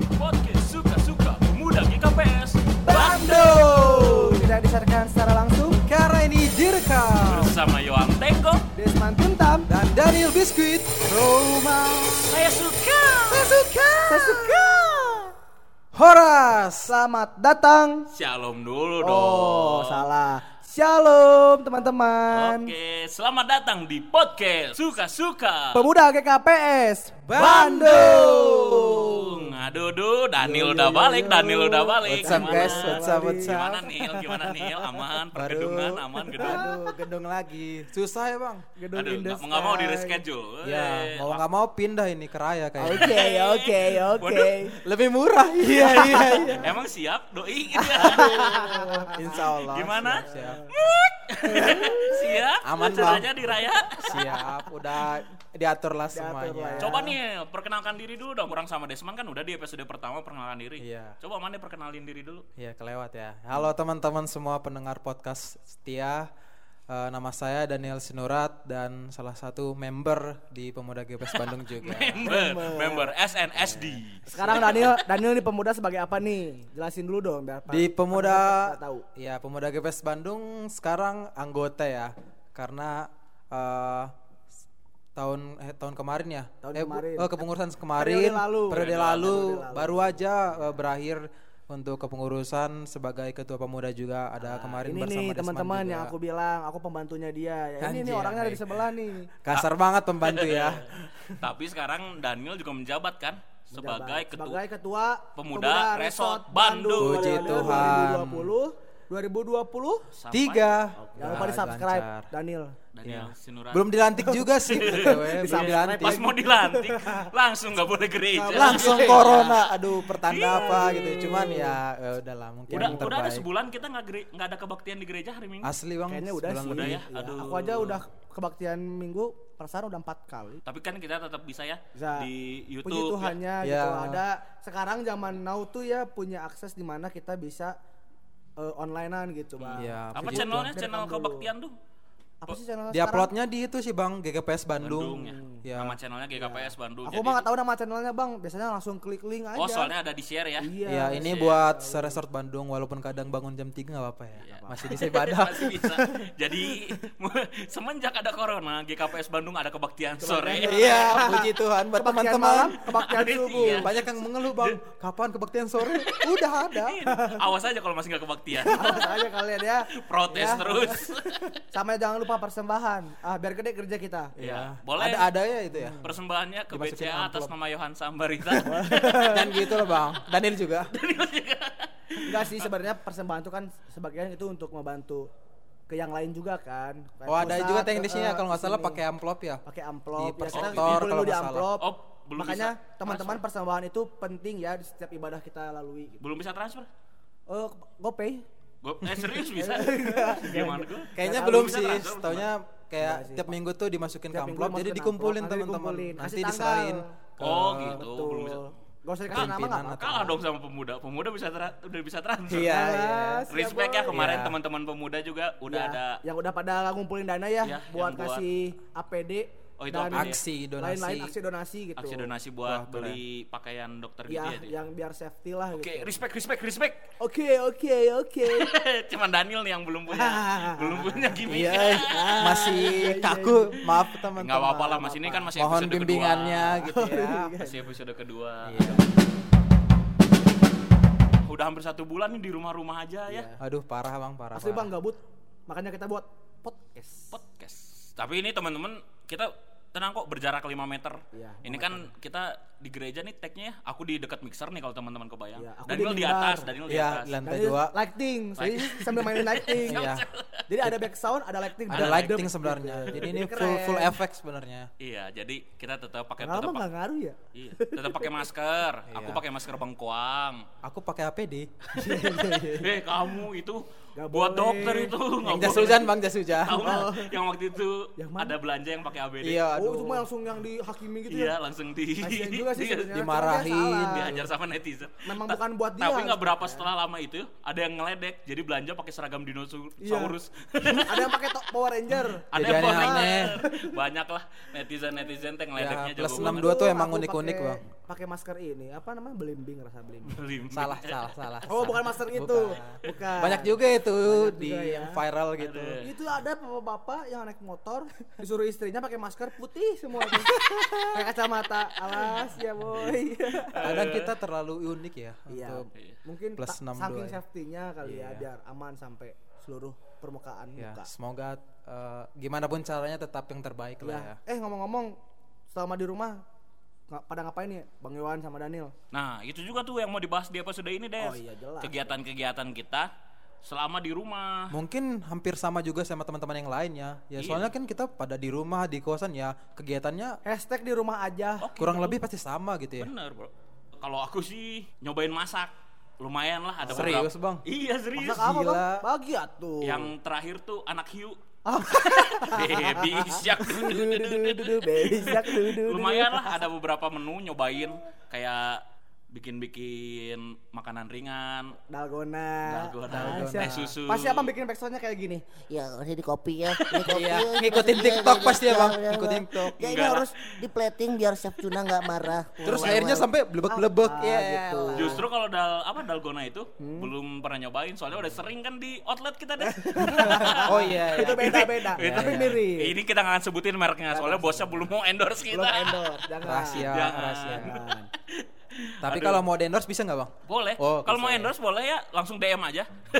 Podcast Suka-Suka Pemuda GKPS Bandung. Tidak disiarkan secara langsung karena ini direkam bersama Yoang Tengko. Desman Tuntam dan Daniel Biskuit. Roma. Saya suka. Saya suka. Horas. Selamat datang. Shalom dulu dong. Oh, salah. Shalom teman-teman. Oke, selamat datang di podcast Suka-Suka Pemuda GKPS Bandung. Aduh, Daniel udah balik. What's up Gimana? guys? What's up? Gimana Nil? Aman, pergedungan, aman gedung. Aduh, gedung lagi. Susah ya bang. Gedung Aduh, Indah nggak mau di Sky. reschedule. Ya, mau nggak mau pindah ini ke Raya kayaknya. Oke. Waduh. Lebih murah. Iya. Emang siap doi? Insya Allah. Gimana? Siap. Siap? Aman, Acaranya di Raya? Siap. Udah diatur lah semuanya. lah ya. Coba nih, perkenalkan diri dulu dong. Kurang sama Desman kan udah di episode pertama perkenalan diri. Iya. Coba mana perkenalin diri dulu. Iya, kelewat ya. Halo teman-teman semua pendengar podcast setia. Nama saya Daniel Sinurat dan salah satu member di Pemuda GKPS Bandung juga. Member SNSD. Sekarang Daniel di Pemuda sebagai apa nih? Jelasin dulu dong biar Di Pemuda nggak tahu. Ya, Pemuda GKPS Bandung sekarang anggota ya. Karena tahun kemarin ya. Kemarin. Kepengurusan kemarin. Periode lalu lalu. baru aja berakhir untuk kepengurusan sebagai ketua pemuda juga ada kemarin Ini bersama nih Desman teman-teman juga. yang aku bilang, aku pembantunya dia. Ya, ini nih Anjir, orangnya ada di sebelah nih. Kasar banget pembantu ya. Tapi sekarang Daniel juga menjabat kan sebagai ketua Pemuda Resort Bandung. Puji Periode Tuhan. 2020 Sampai 3. Jangan lupa di subscribe Daniel. Daniel Sinurat. Belum dilantik juga sih. Belum dilantik. Pas mau dilantik langsung nggak boleh gereja. Langsung corona. Aduh, pertanda apa gitu. Cuman ya udahlah mungkin yang Udah ada terbaik. sebulan kita nggak ada kebaktian di gereja hari Minggu. Asli bang. Kayaknya udah sebulan sih. udah ya. Iya. Aduh. Aku aja udah kebaktian minggu perasaan udah 4 kali. Tapi kan kita tetap bisa ya Bisa. di Puji YouTube. Tuhannya Ya. gitu. Ada sekarang zaman now tuh ya punya akses di mana kita bisa onlinean gitu, Bang. Iya. Apa puji channelnya? Tuhan. Channel Direkam dulu. kebaktian tuh? Apa sih channel Di sekarang? uploadnya di itu sih bang GKPS Bandung Bandung. ya. Ya. Nama channelnya GKPS Bandung. Aku mah nggak tahu nama channelnya, Bang. Biasanya langsung klik link aja. Oh, soalnya ada di share ya. Iya. Ya ini buat Resort Bandung walaupun kadang bangun jam 3 nggak apa-apa ya. Iya. Masih bisa ibadah. Masih bisa. Jadi semenjak ada corona, GKPS Bandung ada kebaktian sore. Iya, puji Tuhan buat Kebaktian teman-teman. malam, kebaktian subuh. Iya. Banyak yang mengeluh bang, kapan kebaktian sore? Udah ada. Awas aja kalau masih nggak kebaktian. Awas aja kalian ya. Protes Ya. terus. Sama jangan lupa persembahan. Biar gede kerja kita. Ya, boleh. Ada ya itu ya. Persembahannya ke Dimasukin BCA atas amplop. nama Yohan Sambarita. Dan gitu loh bang. Daniel juga. Enggak sih, sebenarnya persembahan itu kan sebagian itu untuk membantu ke yang lain juga kan. Kayak Oh ada pusat, juga teknisnya kalau nggak salah kesini. pakai amplop ya. Pakai amplop. Di Ya, kita persektor kumpul kalau dulu di nggak salah. amplop. Oh, belum Makanya bisa teman-teman persembahan itu penting ya di setiap ibadah kita lalui. Gitu. Belum bisa transfer. GoPay. Serius bisa? Gimana gue? Kayaknya Nggak belum tahu, sih. bisa transfer, Taunya kayak Enggak sih. tiap minggu tuh dimasukin ke Tiap minggu amplop jadi masukin dikumpulin amplop, nanti teman-teman. dikumpulin. Nanti Kasih diserahin. tanggal. Oh gitu, Betul. belum bisa. Gak usah dikasih nama Pimpinan nggak apa-apa. Kalah dong sama pemuda. Pemuda udah bisa transfer. Iya, iya. Siap, Respect ya Boy. kemarin Iya. teman-teman pemuda juga udah Ya, ada. yang udah pada ngumpulin dana ya, Ya, buat yang buat- kasih APD Oh, itu dan APD. Aksi donasi. lain-lain aksi donasi gitu. Aksi donasi buat Wah, keren. beli pakaian dokter Ya, gitu ya. Dit? yang biar safety lah Oke, gitu. respect. Oke. Cuman Daniel nih yang belum punya gimmick. Iya, masih kaku. Maaf teman-teman. Enggak apa-apa lah, Mas. Ini kan masih Mohon episode bimbingannya kedua. gitu ya. Masih episode kedua. Iya. Udah hampir 1 bulan nih di rumah-rumah aja ya. Aduh parah bang, parah. Asli parah. Bang gabut. Makanya kita buat podcast. Podcast. Tapi ini teman-teman kita tenang kok, berjarak 5 meter. Iya, Ini kan kita di gereja nih tag-nya ya. Aku di dekat mixer nih kalau teman-teman kebayang. Iya, aku Daniel di di mimbar. atas, Daniel di Iya, atas. di lantai Jadi 2. lighting, jadi sambil mainin lighting. Iya. Jadi ada back sound, ada lighting. Ada lighting sebenarnya. Jadi ini Keren. full efek sebenarnya. Iya, jadi kita tetap pakai Lama nggak ngaruh ya? Iya, tetap pakai masker. Aku Iya. pakai masker bengkoang. Aku pakai APD. Kamu itu Nggak buat boleh. dokter itu Yang nggak jas boleh. hujan bang, jas hujan. Tahu nggak? Yang waktu itu Yang mana? ada belanja yang pakai ABD. Iya, Oh, aduh. cuma langsung yang dihakimi gitu Iya, ya? langsung di Kasian juga sih Iya, sebenarnya. Dimarahin, Cuma dia salah. dihajar sama netizen. Memang bukan buat dia. Tapi nggak berapa setelah lama itu ada yang ngeledek, jadi belanja pakai seragam dinosaurus. Ada yang pakai Power Ranger. Ada Jadi yang aneh-aneh. banyak lah netizen teh ngeledeknya Ya, plus jago banget. 62 tuh emang Aku unik-unik pakai bang. pakai masker ini apa namanya belimbing, rasa belimbing. Salah. Oh bukan masker itu, bukan. Banyak juga itu Banyak di juga ya. yang viral gitu. Itu ada bapak-bapak yang naik motor disuruh istrinya pakai masker putih semua tuh. Pakai kacamata. Alas ya boy. Kadang kita terlalu unik ya Iya. untuk Mungkin plus 62 saking ya. safety-nya kali Iya. ya biar aman sampai seluruh permukaan ya, muka. semoga gimana pun caranya tetap yang terbaik lah ya. Ngomong-ngomong selama di rumah pada ngapain nih Bang Iwan sama Daniel? Nah, itu juga tuh yang mau dibahas di episode ini, Des. Oh iya, jelas. Kegiatan-kegiatan kita selama di rumah. Mungkin hampir sama juga sama teman-teman yang lain ya. Iya. Soalnya kan kita pada di rumah, di kosan ya, kegiatannya Hashtag di rumah aja. Oke, kurang lebih pasti sama gitu ya. bener, Bro. Kalau aku sih nyobain masak. Lumayan lah ada Serius, Bang? Iya, serius. Masak apa Gila. Bang? Bahagia tuh. Yang terakhir tuh anak hiu. Oh. Baby shark. Besak Lumayan lah ada beberapa menu nyobain kayak bikin makanan ringan, Dalgona. teh susu. Pasti abang bikin backsoundnya kayak gini. Ya, ini kopi ya. Ini kopi Iya, ya, ngikutin kopi TikTok ya, pasti ya, Bang. ya, Ngikutin Bang. TikTok. Ya ini Enggak lah. harus di-plating biar Chef Cuna nggak marah. Terus Wow, airnya wow. sampai blebek-blebek ya. gitu. Justru kalau dalgona itu belum pernah nyobain soalnya udah sering kan di outlet kita deh. Oh iya. Itu beda-beda. Beda. Tapi mirip. Ini kita nggak akan sebutin mereknya soalnya bosnya belum mau endorse kita. Belum endorse, jangan. Rahasia, Jangan. rahasia. Jangan. Tapi Aduh. kalau mau endorse bisa nggak, Bang? Boleh. Oh, Kalau mau bisa ya. endorse boleh ya, langsung DM aja.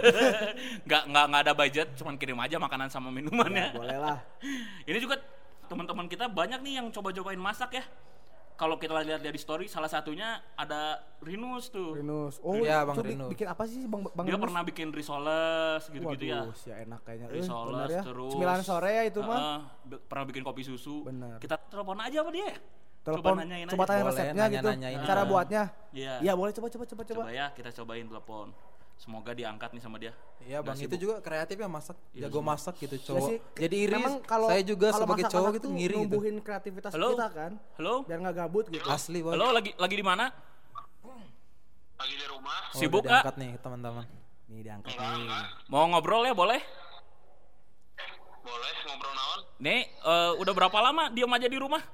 nggak ada budget, cuman kirim aja makanan sama minumannya. Boleh lah. Ini juga teman-teman kita banyak nih yang coba-cobain masak ya. Kalau kita lihat di story, salah satunya ada Rinus tuh. Rinus. Oh, Iya, Bang itu Rinus. bikin apa sih Bang Dia Rinus? pernah bikin risoles gitu-gitu ya. Waduh, ya enak kayaknya. Risoles Bener ya. terus 9 sore ya itu mah. pernah bikin kopi susu. Bener. Kita telepon aja sama dia. Telepon, nanyain coba aja. tanya Boleh, resepnya gitu. nanya-nanyain. Cara buatnya. Iya. Iya, boleh coba. Coba ya kita cobain telepon. Semoga diangkat nih sama dia. Iya, Bang. Nggak Itu sibuk. juga kreatif ya masak. Iya, Jago sibuk. masak gitu, Ya cowok. sih, Jadi iri. memang kalau Saya juga kalau sebagai masak cowok anak gitu tuh ngiri gitu. numbuhin kreativitas Halo? kita kan. Halo? Biar nggak gabut gitu. Asli, Bang. Halo, lagi di mana? Lagi di rumah. Oh, Sibuk, udah Kak? diangkat nih, teman-teman. Nih diangkat Enggak, nih. enggak. Mau ngobrol ya, boleh? Boleh ngobrol naon? Nih, udah berapa lama diem aja di rumah?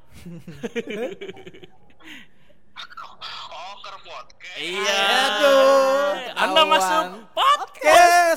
Oh, ke podcast. Iya. Aduh, Anda ketahuan. masuk podcast.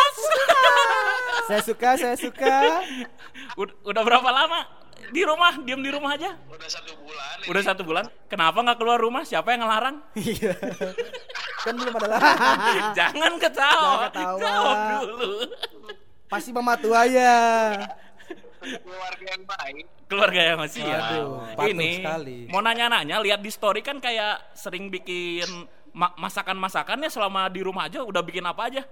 Saya suka. Udah berapa lama di rumah? Diem di rumah aja? Udah 1 bulan ini. Udah 1 bulan. Kenapa nggak keluar rumah? Siapa yang ngelarang? Iya. Kan belum ada lah. Jangan ketawa. Jangan ketawa. Jawab dulu. Pasti mama tua ya. Keluarga yang baik. Keluarga yang masih ya. Waduh, patuh Ini sekali. mau nanya-nanya, lihat di story kan kayak sering bikin masakan-masakannya selama di rumah aja. Udah bikin apa aja?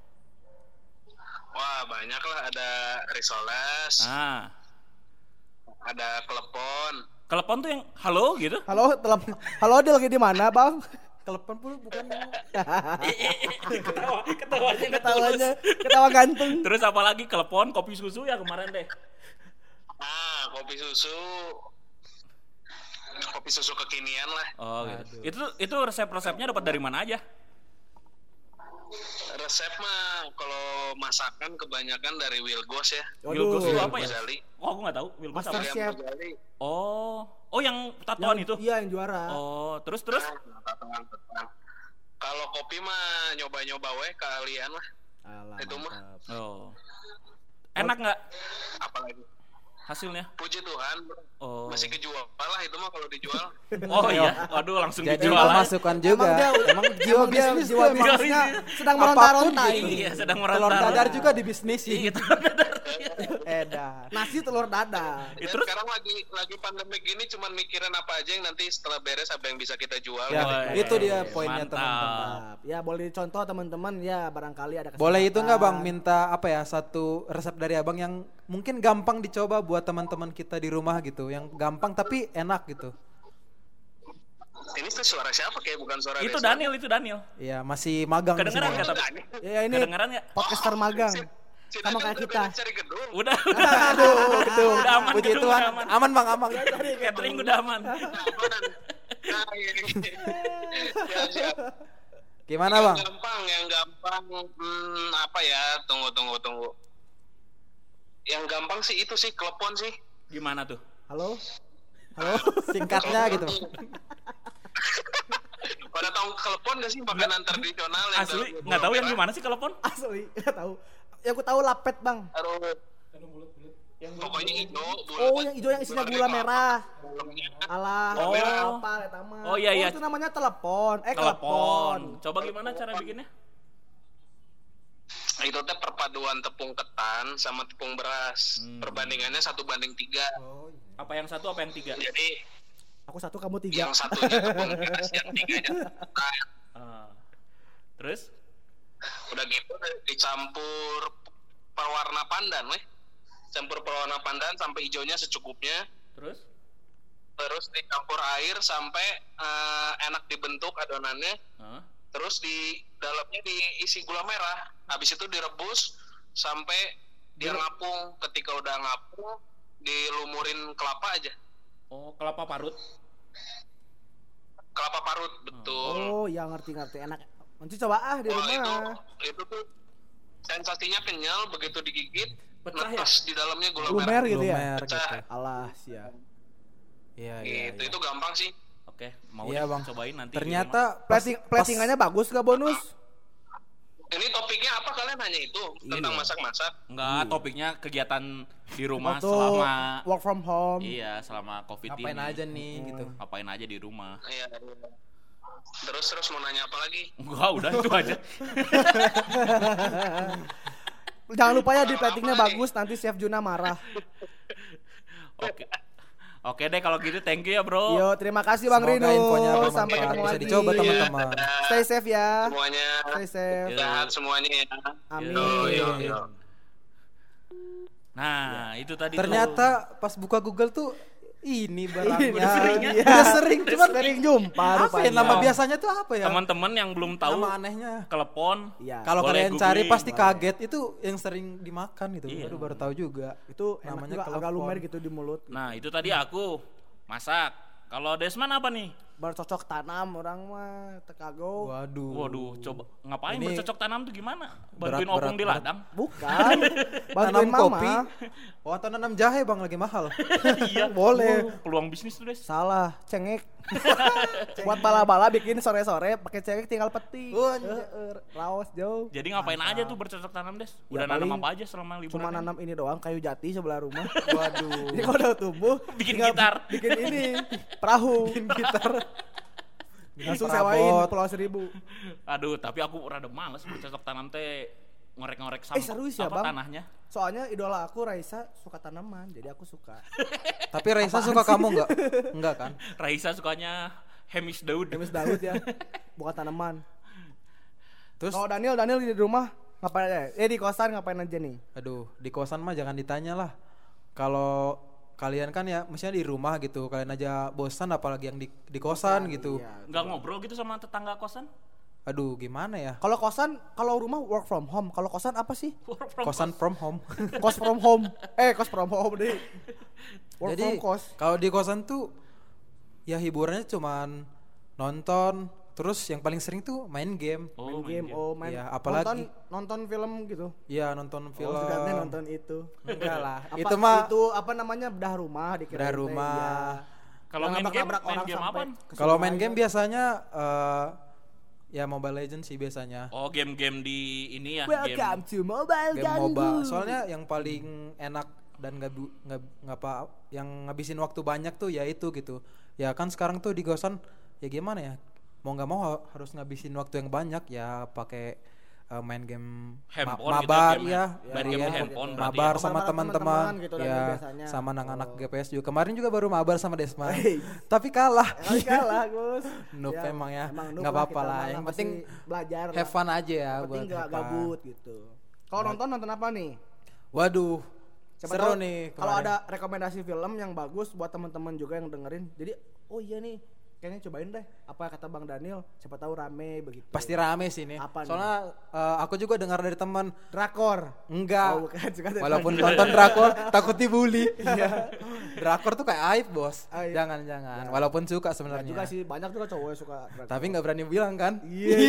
Wah, banyak lah, ada risoles, Nah, ada klepon. telepon tuh yang halo gitu. Halo, dia lagi di mana, Bang? Telepon pun bukan. Ketawanya, ketawa gantung. Terus apalagi telepon, kopi susu ya kemarin deh. Nah, kopi susu kekinian lah. Oh gitu. Itu resep-resepnya dapat dari mana aja? Resep mah kalau masakan kebanyakan dari Wilgos ya. Wilgos itu apa ya? Ghazali. Oh, aku nggak tahu. Wilgos Master apa? Chef. William Ghazali. Oh yang tatoan itu. Iya, yang juara. Oh, terus. Nah, tatanan. Kalau kopi mah nyoba-nyoba weh kalian lah. Alah, Itu mah. mantap. Oh. Enak nggak Apalagi hasilnya? puji Tuhan, bro. Oh. Masih kejual lah itu mah kalau dijual. Oh iya. Waduh, langsung Jadi dijual aja. masukan juga. Emang jiwa Emang dia bisnis jiwa tuh emang bisnisnya sedang apapun meronta-ronta gitu. ini. Iya, sedang Telur meronta. dadar juga di bisnis Iya, sih. telur dadar. Edan. Nasi telur dadar. Dan Terus? sekarang lagi pandemik ini cuman mikirin apa aja yang nanti setelah beres apa yang bisa kita jual. Ya, Wah, itu dia poinnya, mantap. teman-teman. Mantap. Ya boleh dicontoh teman-teman ya barangkali ada kesempatan. Boleh itu nggak, Bang, minta apa ya, satu resep dari Abang yang mungkin gampang dicoba buat teman-teman kita di rumah gitu, yang gampang tapi enak gitu. Ini tuh suara siapa, kayak bukan suara Itu Desa. Daniel. Iya, masih magang di Kedengeran sini. nggak tapi? Ya ini Kedengeran nggak? podcaster magang. Si Sama Daniel kayak udah kita. beres cari gedung. Udah. Aduh, gedung. Udah aman, Puji gedung Tuhan, udah aman. aman Bang, aman. Catering udah aman. Nah, ini. Siap. Gimana, Yang Bang? gampang, apa ya? Tunggu. Yang gampang sih itu sih klepon sih. Gimana tuh? Halo. Singkatnya gitu. Pada tahu kelepon gak sih makanan tradisional yang Asli dalam nggak tahu gula yang merah? gimana sih kelepon? Asli, enggak tahu. Yang aku tahu lapet, Bang. Aduh. Pokoknya hijau. Oh, yang hijau yang isinya gula merah. Alah, Oh. apa eta mah? Oh, iya, iya. itu namanya telepon. Telepon. Telepon. Coba gimana cara bikinnya? Itu teh perpaduan tepung ketan sama tepung beras. Perbandingannya 1:3. Oh, iya. Apa yang satu, apa yang tiga? Jadi Aku 1, kamu 3. yang satunya tepung beras, yang 3-nya ketan. Ah. Terus? Udah gitu dicampur pewarna pandan, weh. Campur pewarna pandan sampai hijaunya secukupnya. Terus? Terus dicampur air sampai enak dibentuk adonannya. Hah? Terus di dalamnya diisi gula merah. Habis itu direbus sampai dia ngapung. Ketika udah ngapung, dilumurin kelapa aja. Oh, kelapa parut. Kelapa parut, betul. Oh, ya ngerti enak. Nanti coba di Wah, rumah. itu tuh sensasinya kenyal, begitu digigit Pecah ya? netes di dalamnya gula Lumer merah. gitu ya. Lumer Pecah. gitu. Alah, siap. Iya, iya. Gitu, itu gampang sih. Oke, mau Iya, deh Bang. cobain nanti. di rumah. Ternyata Platingannya bagus gak bonus? Ini topiknya apa kalian hanya itu tentang masak-masak? Enggak, topiknya kegiatan di rumah Waktu selama work from home. iya, selama Covid ngapain ini. aja nih gitu. Ngapain aja di rumah. Iya. Terus mau nanya apa lagi? Enggak, udah itu aja. Jangan lupa ya di Kalau platingnya apa nih? bagus, nanti Chef Juna marah. Oke. Oke deh kalau gitu, thank you ya, Bro. Yo, terima kasih Bang Semoga Rino. infonya bermanfaat. Sampai ketemu Bisa lagi. dicoba teman-teman. Stay safe ya. Semuanya Stay safe. sehat semuanya ya. Amin. Yo. Nah, itu tadi Ternyata pas buka Google tuh ini barangnya. Udah sering ya? Udah sering, cuman Sering jumpa apa ya rupanya. nama biasanya tuh apa ya? teman-teman yang belum tahu Nama anehnya. telepon. Iya. Kalau Boleh kalian cari googling. pasti kaget itu yang sering dimakan gitu. Iya. Aduh baru tahu juga. Itu Namanya namanya agak telepon. lumer gitu di mulut. Nah, itu tadi aku masak. Kalau Desman apa nih? Bercocok tanam orang mah tekago. Waduh, coba ngapain Ini bercocok tanam tuh gimana? Bantuin berat, opung di berat. ladang? Bukan. Tanam Bantuin kopi. mama. Oh atau nanam jahe bang lagi mahal. Iya, Boleh. Peluang bisnis tuh, Des. Salah, cengek. Buat bala-bala bikin sore-sore pakai cengek tinggal petik. Raos jauh. Jadi ngapain aja tuh bercocok tanam, Des? Ya, Udah nanam paling apa aja selama liburan? Cuma nanam ini doang, kayu jati sebelah rumah. Waduh. Jadi kalau udah tumbuh Bikin tinggal gitar. bikin ini perahu. Bikin gitar. Langsung sewain Pulau Seribu. Aduh, tapi aku rada males bercocok tanam teh ngorek-ngorek sama Serius ya, apa Bang? tanahnya. Soalnya idola aku Raisa suka tanaman, jadi aku suka. Tapi Raisa suka kamu nggak? Enggak kan? Raisa sukanya Hemis Daud. Demis Daud ya, bukan tanaman. Terus Kalau Daniel di rumah ngapain aja? Di kosan ngapain aja nih? aduh di kosan mah jangan ditanya lah. Kalau kalian kan ya misalnya di rumah gitu kalian aja bosan apalagi yang di kosan gitu. Iya. Nggak ngobrol gitu sama tetangga kosan? Aduh gimana ya? Kalau kosan, kalau rumah work from home. Kalau kosan apa sih? Work from Kosan from home. Kos from home. Kos from home deh. Work Jadi from kos. kalau di kosan tuh ya hiburannya cuman nonton, terus yang paling sering tuh main game. Oh, Game, main. Iya, apalagi- nonton film gitu. Iya nonton film. Oh, segatnya nonton itu. Enggak lah. Apa, Itu mah itu apa namanya bedah rumah dikira Bedah rumah. Kalau main game, main game apaan? kalau main game biasanya ya Mobile Legends sih biasanya. Oh, game-game di ini ya, Welcome to Mobile Game Ganggu. MOBA. Soalnya yang paling enak dan nggak apa yang ngabisin waktu banyak tuh ya itu gitu. Ya kan sekarang tuh di kosan ya gimana ya? Mau nggak mau harus ngabisin waktu yang banyak ya pakai main game Handphone gitu mabar ya, game ya, main game handphone berarti mabar ya. sama Mabar sama teman-teman teman-teman gitu, dan ya biasanya. sama anak-anak GPS juga. Kemarin juga baru mabar sama Desma. Hey. Tapi kalah. Kali kalah Gus. Noob emang ya. noob Nggak lah apa-apa kita lah. mah, Yang pasti penting belajar. have fun aja ya Yang buat penting nggak have fun. gabut gitu. Kalau nonton apa nih? Waduh. Siapa Seru tahu nih. Kalau kemarin. ada rekomendasi film yang bagus buat teman-teman juga yang dengerin. Jadi, oh iya nih, kayaknya cobain deh. Apa kata Bang Daniel? Siapa tahu rame begitu. Pasti rame sih nih. Apa nih? Soalnya aku juga dengar dari teman. Drakor. Enggak. Oh, bukan, suka Walaupun drakor. nonton drakor takut dibully. Drakor tuh kayak aib, Bos. Aib. Jangan. Walaupun suka Nggak sebenarnya. juga sih, banyak juga cowok yang suka drakor. Tapi nggak berani bilang kan?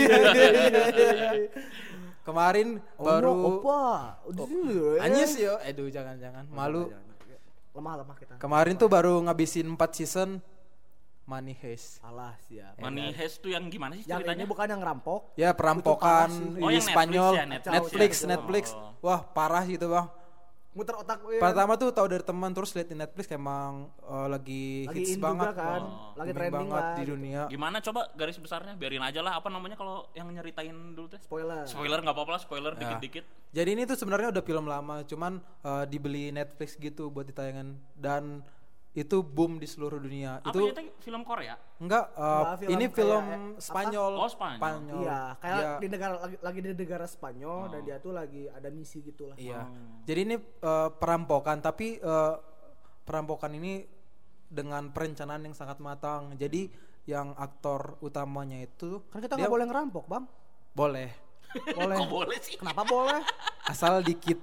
Iya. Kemarin Oh, baru opa. Udah sini, Anyes yo. Aduh, jangan. Malu. Lemah kita. Kemarin tuh baru ngabisin 4 season. Money Heist. Alah siap. Money Heist tuh yang gimana sih Yang ceritanya? ini bukan yang ngerampok. Ya perampokan Itu parah sih. Oh, di yang Spanyol, Netflix ya, Netflix, Netflix. Netflix. Oh. Wah parah gitu bang. Muter otak. Pertama tuh tahu dari teman terus lihat di Netflix emang lagi hits in banget, juga kan. Oh. Lagi booming trending banget lah. di dunia. Gimana coba garis besarnya? Biarin aja lah. Apa namanya kalau yang nyeritain dulu teh? Spoiler. Spoiler nggak apa-apa lah, spoiler Ya. dikit-dikit. Jadi ini tuh sebenarnya udah film lama, cuman dibeli Netflix gitu buat ditayangan dan itu boom di seluruh dunia. Apa Itu itu film Korea? enggak, Enggak, film ini kayak, film apa? Spanyol. Oh, Spanyol. Iya, kayak Dia- di negara lagi di negara Spanyol dan dia tuh lagi ada misi gitu lah. Iya. Jadi ini perampokan, tapi perampokan ini dengan perencanaan yang sangat matang. Jadi yang aktor utamanya itu Kan kita dia nggak boleh ngerampok, Bang. boleh, boleh, Kok boleh sih? Kenapa boleh? asal dikit.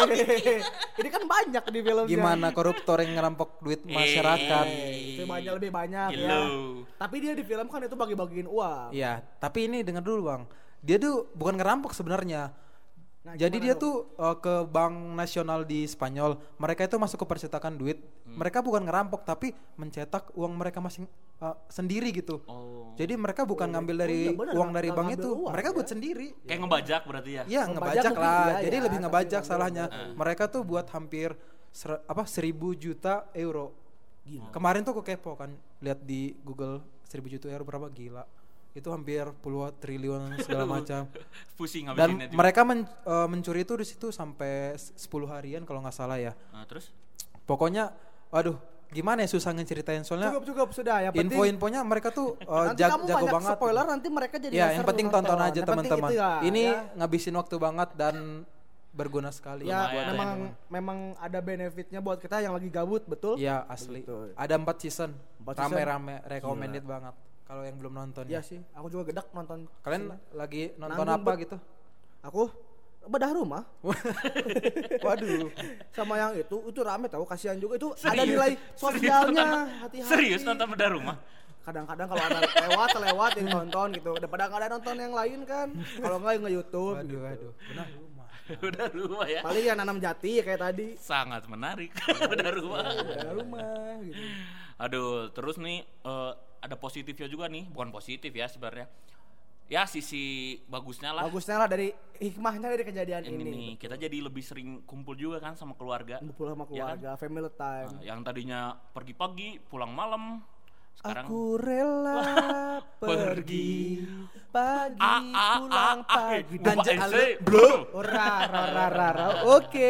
Ini kan banyak di filmnya. Gimana koruptor yang ngerampok duit masyarakat? Itu banyak lebih banyak ya. Gila. Tapi dia di film kan itu bagi-bagiin uang. Iya, tapi ini dengar dulu bang, dia tuh bukan ngerampok sebenarnya. Nah, Jadi gimana dia tuh ke bank nasional di Spanyol, mereka itu masuk ke percetakan duit. Mereka bukan ngerampok tapi mencetak uang mereka masing sendiri gitu. Oh. Jadi mereka bukan ngambil dari iya bener, uang nggak dari bank ngambil itu, uang, mereka ya. buat sendiri. Kayak ngebajak berarti ya? Iya Ngebajak ngebajak mungkin lah, iya, jadi ya, lebih tapi ngebajak ngambil salahnya. Mereka tuh buat hampir 1.000 juta euro. Kemarin tuh aku kepo kan, lihat di Google 1.000 juta euro berapa, gila. Itu hampir puluhan triliun segala macam. Pusing Dan ngabisinnya juga. mereka mencuri itu di situ sampai 10 harian kalau nggak salah ya. Nah, terus? Pokoknya, aduh, gimana ya susah ngeceritain soalnya. Cukup sudah ya. Penting Info-infonya mereka tuh nanti kamu jago banyak banget. spoiler nanti mereka jadi Ya, dasar yang penting nonton. tonton aja Yang penting teman-teman. itu ya, Ini ya. ngabisin waktu banget dan berguna sekali. Ya, Lumayan. memang ada benefitnya buat kita yang lagi gabut, betul? Iya asli. Begitu. Ada 4 season. 4 season. Rame-rame, recommended banget. Kalau yang belum nonton Iya ya. sih, aku juga gedek nonton. Kalian lagi nonton Nanggung, apa gitu? Aku bedah rumah Waduh. sama yang itu rame tahu, kasihan juga itu ada nilai sosialnya. Hati-hati. Serius nonton bedah rumah? Kadang-kadang kalau ada lewat yang nonton gitu, daripada nggak ada nonton yang lain kan. Kalau nggak nge-YouTube. Waduh, gitu. waduh. Benar rumah. Bedah rumah ya? Paling yang nanam jati kayak tadi. Sangat menarik. Bedah rumah. Bedah rumah gitu. Aduh, terus nih ada positifnya juga nih, bukan positif ya sebenarnya. Ya sisi bagusnya lah. Bagusnya lah dari hikmahnya dari kejadian Ini ini. nih, kita jadi lebih sering kumpul juga kan sama keluarga. Kumpul sama Ya kan? keluarga, family time. Nah, yang tadinya pergi pagi, pulang malam, sekarang Aku rela pergi pagi pulang pagi. Bapak Anjay, NC, bro. Oke.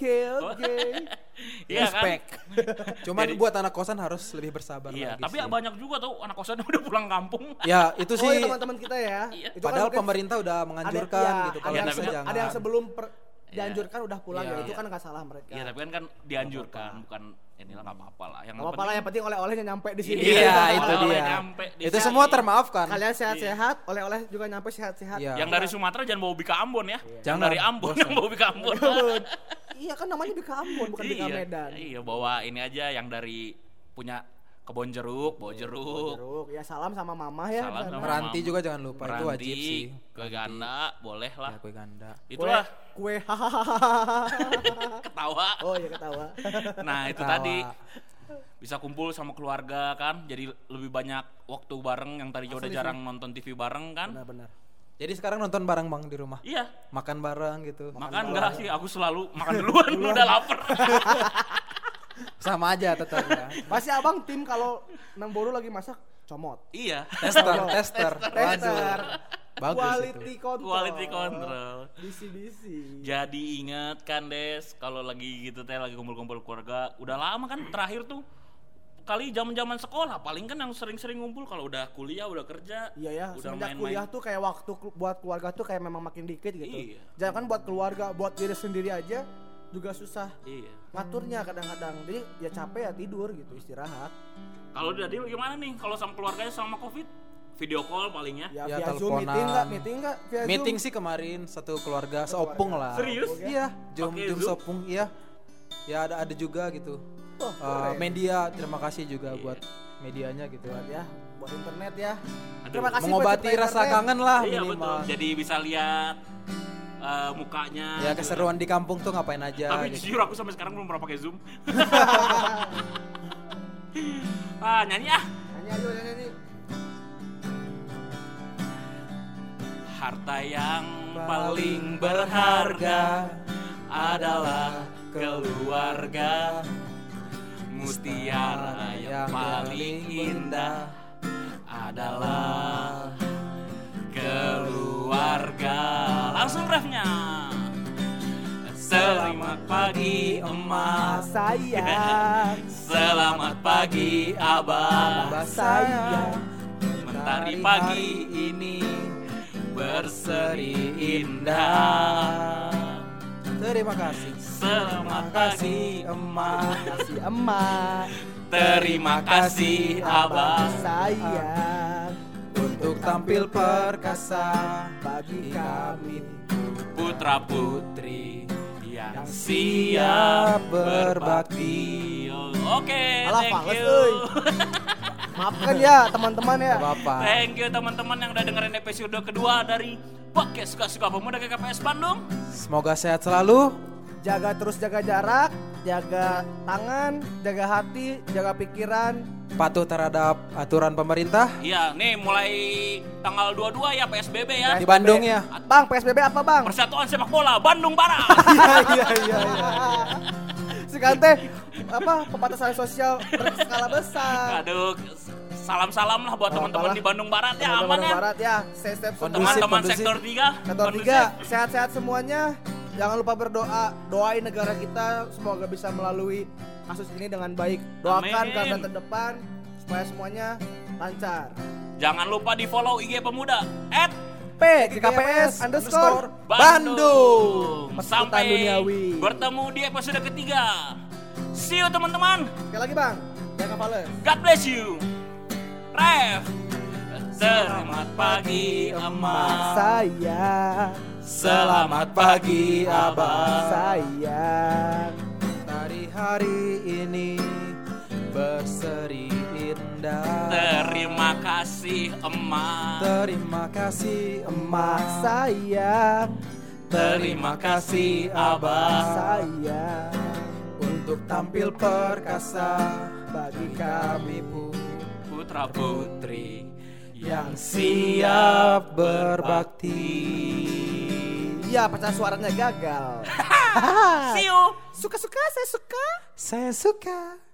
Iya kan? Cuman Jadi- buat anak kosan harus lebih bersabar Iya, lagi tapi sih. banyak juga tuh anak kosan udah pulang kampung. Ya, itu Oh sih. ya teman-teman kita ya. Iya. Itu kan Padahal mungkin pemerintah udah menganjurkan ada, gitu. ada, Kalau yang bisa tapi- jangan. ada yang sebelum dianjurkan udah pulang Iya. ya itu kan nggak salah mereka. Iya, tapi kan dianjurkan, bukan inilah nggak apa-apa lah. Yang Nggak apa-apa lah, yang penting oleh-olehnya nyampe di sini. Iya, itu oleh-oleh dia. nyampe di Itu sini. semua termaafkan. Kalian sehat-sehat, oleh-oleh juga nyampe sehat-sehat. Iya. Yang dari Sumatera jangan bawa Bika Ambon ya. Yang Jangan, dari Ambon bosan. yang bawa Bika Ambon. Iya kan namanya Bika Ambon bukan Bika Medan. Iya, bawa ini aja yang dari punya kebon jeruk, bawa jeruk. Jeruk. Ya salam sama mama ya. Salam di sana. sama Meranti mama. juga jangan lupa, itu Meranti, wajib sih. ke ganda, boleh lah. Ya, kue ganda. Itulah Kue hahaha. ketawa. Oh iya ketawa. Nah, itu Ketawa. tadi bisa kumpul sama keluarga kan, jadi lebih banyak waktu bareng yang tadinya udah Asli jarang nonton TV bareng kan. Benar-benar. Jadi sekarang nonton bareng bang di rumah. Iya, Makan bareng gitu. makan enggak sih, aku selalu makan duluan, udah lapar. Sama aja tetap ya. Pasti abang tim kalau Namboru lagi masak comot. Iya. Tester. Tester. Bagus Quality itu. control. Quality control. DC. Jadi ingat kan Des, kalau lagi gitu teh lagi kumpul-kumpul keluarga, udah lama kan terakhir tuh kali zaman-zaman sekolah paling kan yang sering-sering ngumpul kalau udah kuliah, udah kerja, Iya ya, udah semenjak kuliah tuh kayak waktu buat keluarga tuh kayak memang makin dikit gitu. Iya. Jangan kan buat keluarga, buat diri sendiri aja juga susah Iya. ngaturnya kadang-kadang. Jadi ya capek ya tidur gitu, istirahat. Kalau udah deal gimana nih kalau sama keluarganya sama Covid? Video call palingnya. Ya, Ya, via Zoom teleponan. meeting enggak? Via Meeting Zoom. sih kemarin satu keluarga seopung lah. Serius? Iya, Zoom Pakai Zoom Zoom? seopung, iya. Ya ada juga gitu. Oh, keren. Media, terima kasih juga buat medianya gitu. Buat ya, buat internet ya. Aduh, Terima kasih Mengobati pencipta rasa internet. kangen lah Iya minimal. betul. Jadi bisa lihat mukanya. Ya gitu. keseruan di kampung tuh ngapain aja. Tapi gitu. jujur aku sampai sekarang belum pernah pakai Zoom. Nyanyi ah. ayo nyanyi. Harta yang paling berharga adalah keluarga. Mutiara yang paling indah adalah keluarga. Langsung refnya. Selamat pagi emak Sayang, Selamat pagi abah sayang. Mentari pagi ini berseri indah. Terima kasih. Selamat pagi emak. Kasih emak, Terima kasih abah sayang. Untuk tampil perkasa Bagi kami Putra putri yang siap berbakti. Oke, Alah, thank fales, you. euy. Maafkan ya teman-teman ya. Bapak. Thank you teman-teman yang udah dengerin episode kedua dari Podcast Suka-Suka Pemuda KKPS Bandung. Semoga sehat selalu. Jaga terus, jaga jarak, jaga tangan, jaga hati, jaga pikiran. Patuh terhadap aturan pemerintah. Iya, nih mulai tanggal 22 ya PSBB ya. Di Bandung ya. Bang, PSBB apa bang? Persatuan Sepak Bola Bandung Barat. Iya. Sekarang teh apa pembatasan sosial berskala besar. Aduh, salam-salam lah buat Salam teman-teman lah. di Bandung Barat ya, Teman-teman aman ya. Barat ya, stay safe semua. Teman-teman Kondusif. sektor 3. Sektor 3, sehat-sehat semuanya. Jangan lupa berdoa, doain negara kita semoga bisa melalui kasus ini dengan baik. Doakan Amin. garda terdepan supaya semuanya lancar. Jangan lupa di follow IG Pemuda @PKPS underscore Bandung. Persekutuan Sampai Duniawi. bertemu di episode ketiga. See you teman-teman. Sekali lagi bang, jaga fales. God bless you. Ref. Selamat pagi emak. Sayang, Selamat pagi abah. sayang. Dari hari ini berseri indah. Terima kasih emak. Terima kasih Emak emak. sayang, Terima kasih abah. sayang. Untuk tampil perkasa Bagi kami pun Putra putri yang siap berbakti. Iya, pecah suaranya gagal. See you. Suka-suka, saya suka. Saya suka.